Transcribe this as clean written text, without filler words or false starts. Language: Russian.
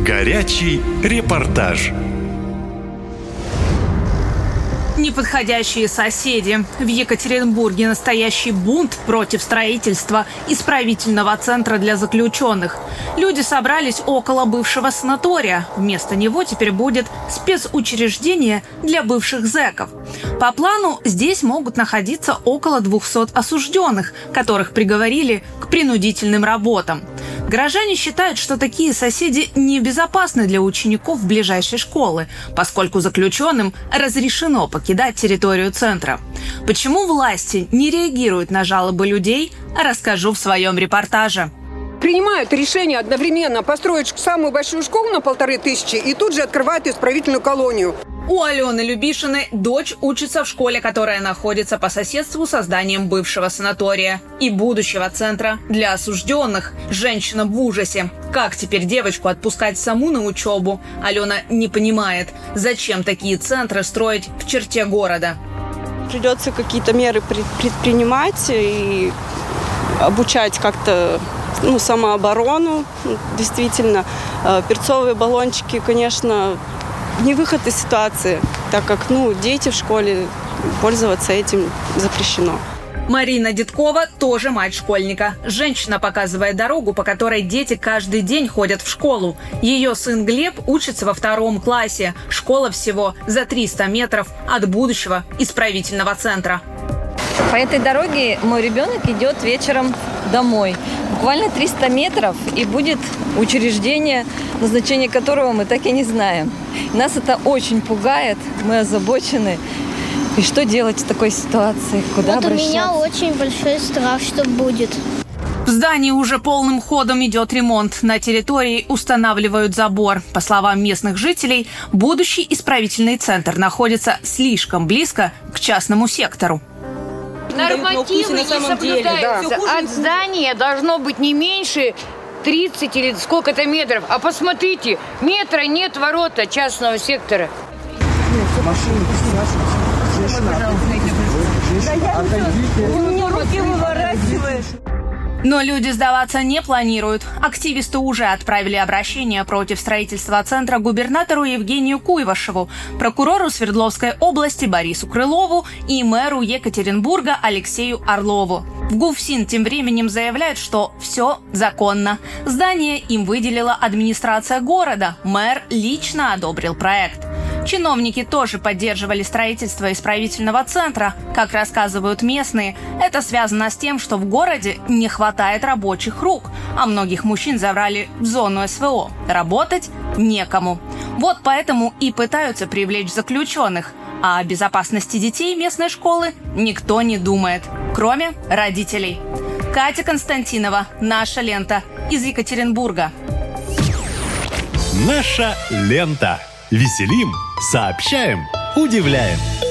Горячий репортаж. Неподходящие соседи. В Екатеринбурге настоящий бунт против строительства исправительного центра для заключенных. Люди собрались около бывшего санатория. Вместо него теперь будет спецучреждение для бывших зэков. По плану здесь могут находиться около 200 осужденных, которых приговорили к принудительным работам. Горожане считают, что такие соседи небезопасны для учеников ближайшей школы, поскольку заключенным разрешено покидать территорию центра. Почему власти не реагируют на жалобы людей, расскажу в своем репортаже. Принимают решение одновременно построить самую большую школу на 1500 и тут же открывают исправительную колонию. У Алены Любишиной дочь учится в школе, которая находится по соседству со зданием бывшего санатория и будущего центра для осужденных. Женщина в ужасе. Как теперь девочку отпускать саму на учебу? Алена не понимает, зачем такие центры строить в черте города. Придется какие-то меры предпринимать и обучать как-то самооборону. Действительно, перцовые баллончики, конечно, не выход из ситуации, так как дети в школе, пользоваться этим запрещено. Марина Дедкова тоже мать школьника. Женщина показывает дорогу, по которой дети каждый день ходят в школу. Ее сын Глеб учится во 2 классе. Школа всего за 300 метров от будущего исправительного центра. По этой дороге мой ребенок идет вечером домой. Буквально 300 метров, и будет учреждение, назначение которого мы так и не знаем. Нас это очень пугает, мы озабочены. И что делать в такой ситуации? Куда обращаться? У меня очень большой страх, что будет. В здании уже полным ходом идет ремонт. На территории устанавливают забор. По словам местных жителей, будущий исправительный центр находится слишком близко к частному сектору. Нормативы не соблюдаются. От здания должно быть не меньше 30 или сколько-то метров. А посмотрите, метра нет ворота частного сектора. Но люди сдаваться не планируют. Активисты уже отправили обращение против строительства центра губернатору Евгению Куйвашеву, прокурору Свердловской области Борису Крылову и мэру Екатеринбурга Алексею Орлову. В ГУФСИН тем временем заявляют, что все законно. Здание им выделила администрация города. Мэр лично одобрил проект. Чиновники тоже поддерживали строительство исправительного центра. Как рассказывают местные, это связано с тем, что в городе не хватает рабочих рук, а многих мужчин забрали в зону СВО. Работать некому. Вот поэтому и пытаются привлечь заключенных. А о безопасности детей местной школы никто не думает, кроме родителей. Катя Константинова, «Наша лента», из Екатеринбурга. Наша лента. Веселим, сообщаем, удивляем.